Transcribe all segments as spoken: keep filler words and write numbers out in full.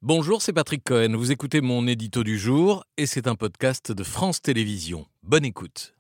Bonjour, c'est Patrick Cohen. Vous écoutez mon édito du jour et c'est un podcast de France Télévisions. Bonne écoute.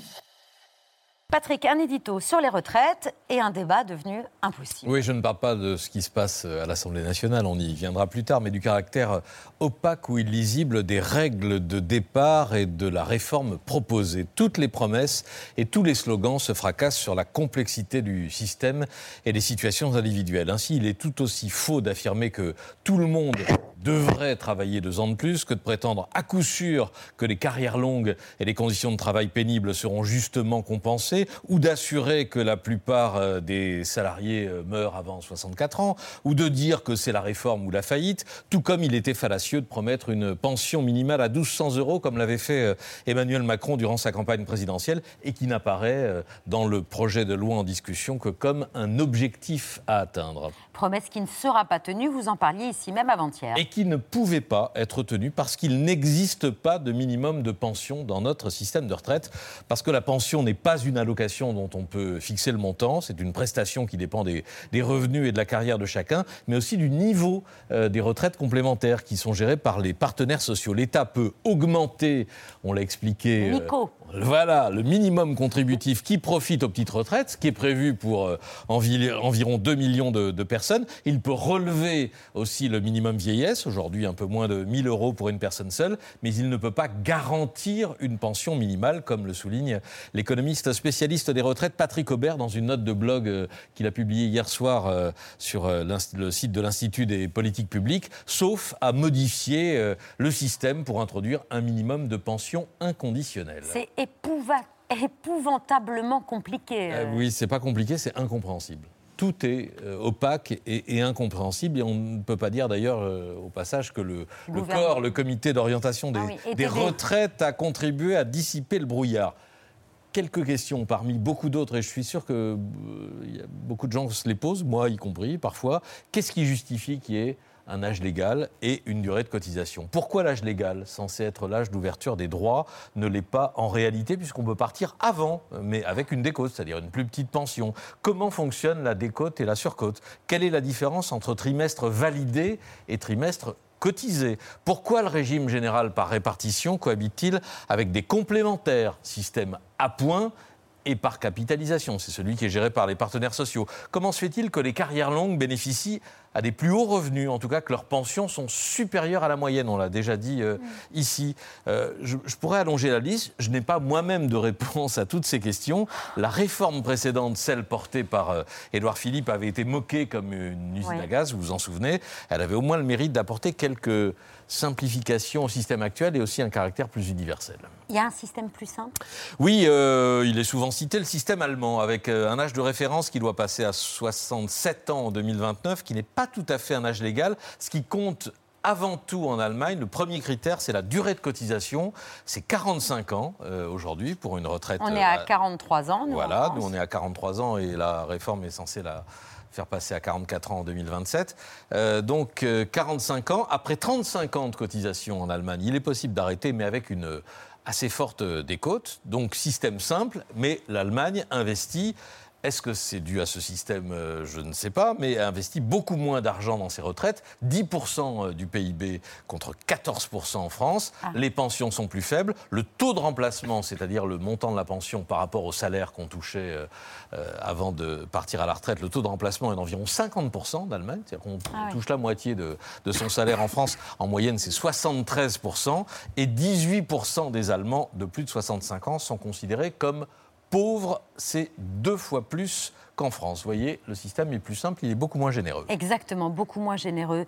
Patrick, un édito sur les retraites et un débat devenu impossible. Oui, je ne parle pas de ce qui se passe à l'Assemblée nationale, on y viendra plus tard, mais du caractère opaque ou illisible des règles de départ et de la réforme proposée. Toutes les promesses et tous les slogans se fracassent sur la complexité du système et des situations individuelles. Ainsi, il est tout aussi faux d'affirmer que tout le monde devrait travailler deux ans de plus que de prétendre à coup sûr que les carrières longues et les conditions de travail pénibles seront justement compensées, ou d'assurer que la plupart des salariés meurent avant soixante-quatre ans, ou de dire que c'est la réforme ou la faillite, tout comme il était fallacieux de promettre une pension minimale à douze cents euros, comme l'avait fait Emmanuel Macron durant sa campagne présidentielle, et qui n'apparaît dans le projet de loi en discussion que comme un objectif à atteindre. Promesse qui ne sera pas tenue, vous en parliez ici même avant-hier. Et qui ne pouvait pas être tenue parce qu'il n'existe pas de minimum de pension dans notre système de retraite, parce que la pension n'est pas une allocation dont on peut fixer le montant, c'est une prestation qui dépend des, des revenus et de la carrière de chacun, mais aussi du niveau euh, des retraites complémentaires qui sont gérées par les partenaires sociaux. L'État peut augmenter, on l'a expliqué, Nico. Euh, voilà, le minimum contributif qui profite aux petites retraites, ce qui est prévu pour euh, envi- environ deux millions de, de personnes. Il peut relever aussi le minimum vieillesse, aujourd'hui un peu moins de mille euros pour une personne seule, mais il ne peut pas garantir une pension minimale, comme le souligne l'économiste spécialiste des retraites Patrick Aubert dans une note de blog euh, qu'il a publiée hier soir euh, sur euh, le site de l'Institut des politiques publiques, sauf à modifier euh, le système pour introduire un minimum de pension inconditionnelle. C'est épouva- épouvantablement compliqué. Euh, oui, c'est pas compliqué, c'est incompréhensible. Tout est euh, opaque et, et incompréhensible. Et on ne peut pas dire d'ailleurs euh, au passage que le, le corps, le comité d'orientation des, ah oui, des retraites a contribué à dissiper le brouillard. Quelques questions parmi beaucoup d'autres, et je suis sûr que euh, y a beaucoup de gens se les posent, moi y compris parfois. Qu'est-ce qui justifie qu'il y ait un âge légal et une durée de cotisation? Pourquoi l'âge légal, censé être l'âge d'ouverture des droits, ne l'est pas en réalité, puisqu'on peut partir avant, mais avec une décote, c'est-à-dire une plus petite pension? Comment fonctionne la décote et la surcote? Quelle est la différence entre trimestre validé et trimestre cotisé? Pourquoi le régime général par répartition cohabite-t-il avec des complémentaires, système à points et par capitalisation? C'est celui qui est géré par les partenaires sociaux. Comment se fait-il que les carrières longues bénéficient à des plus hauts revenus, en tout cas que leurs pensions sont supérieures à la moyenne? On l'a déjà dit euh, mmh. ici. Euh, je, je pourrais allonger la liste. Je n'ai pas moi-même de réponse à toutes ces questions. La réforme précédente, celle portée par euh, Édouard Philippe, avait été moquée comme une usine oui. à gaz, vous vous en souvenez. Elle avait au moins le mérite d'apporter quelques simplifications au système actuel et aussi un caractère plus universel. Il y a un système plus simple ? Oui, euh, il est souvent cité, le système allemand, avec euh, un âge de référence qui doit passer à soixante-sept ans en deux mille vingt-neuf, qui n'est pas tout à fait un âge légal. Ce qui compte avant tout en Allemagne, le premier critère, c'est la durée de cotisation. C'est quarante-cinq ans euh, aujourd'hui pour une retraite. On est à quarante-trois ans, nous, Voilà, en France. nous on est à quarante-trois ans et la réforme est censée la faire passer à quarante-quatre ans en deux mille vingt-sept. Euh, donc euh, quarante-cinq ans, après trente-cinq ans de cotisation en Allemagne, il est possible d'arrêter, mais avec une assez forte décote. Donc système simple, mais l'Allemagne investit. Est-ce que c'est dû à ce système ? Je ne sais pas, mais investit beaucoup moins d'argent dans ses retraites, dix pour cent du P I B contre quatorze pour cent en France. Ah. Les pensions sont plus faibles. Le taux de remplacement, c'est-à-dire le montant de la pension par rapport au salaire qu'on touchait euh, avant de partir à la retraite, le taux de remplacement est d'environ cinquante pour cent d'Allemagne. C'est-à-dire qu'on ah touche oui. la moitié de, de son salaire en France. En moyenne, c'est soixante-treize pour cent. Et dix-huit pour cent des Allemands de plus de soixante-cinq ans sont considérés comme pauvres. C'est deux fois plus qu'en France. Vous voyez, le système est plus simple, il est beaucoup moins généreux. Exactement, beaucoup moins généreux.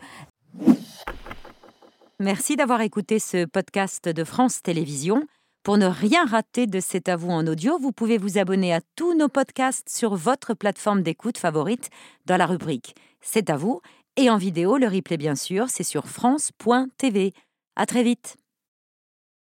Merci d'avoir écouté ce podcast de France Télévisions. Pour ne rien rater de C'est à vous en audio, vous pouvez vous abonner à tous nos podcasts sur votre plateforme d'écoute favorite dans la rubrique C'est à vous. Et en vidéo, le replay bien sûr, c'est sur France point T V. À très vite.